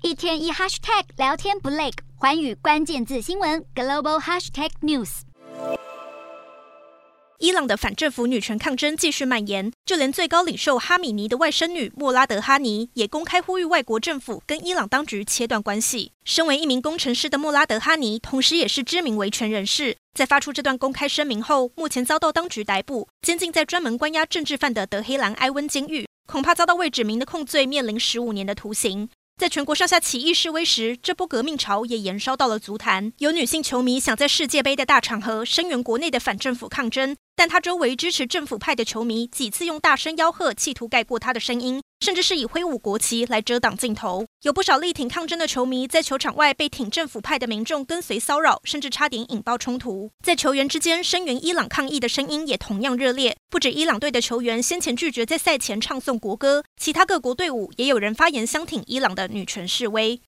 一天一 hashtag 聊天不累，寰宇关键字新闻 global hashtag news。 伊朗的反政府女权抗争继续蔓延，就连最高领袖哈米尼的外甥女莫拉德哈尼也公开呼吁外国政府跟伊朗当局切断关系。身为一名工程师的莫拉德哈尼，同时也是知名维权人士，在发出这段公开声明后，目前遭到当局逮捕，监禁在专门关押政治犯的德黑兰埃温监狱，恐怕遭到未指明的控罪，面临15年的徒刑。在全国上下起义示威时，这波革命潮也延烧到了足坛。有女性球迷想在世界杯的大场合声援国内的反政府抗争，但她周围支持政府派的球迷几次用大声吆喝，企图盖过她的声音，甚至是以挥舞国旗来遮挡镜头。有不少力挺抗争的球迷在球场外被挺政府派的民众跟随骚扰，甚至差点引爆冲突。在球员之间声援伊朗抗议的声音也同样热烈，不止伊朗队的球员先前拒绝在赛前唱诵国歌，其他各国队伍也有人发言相挺伊朗的女权示威。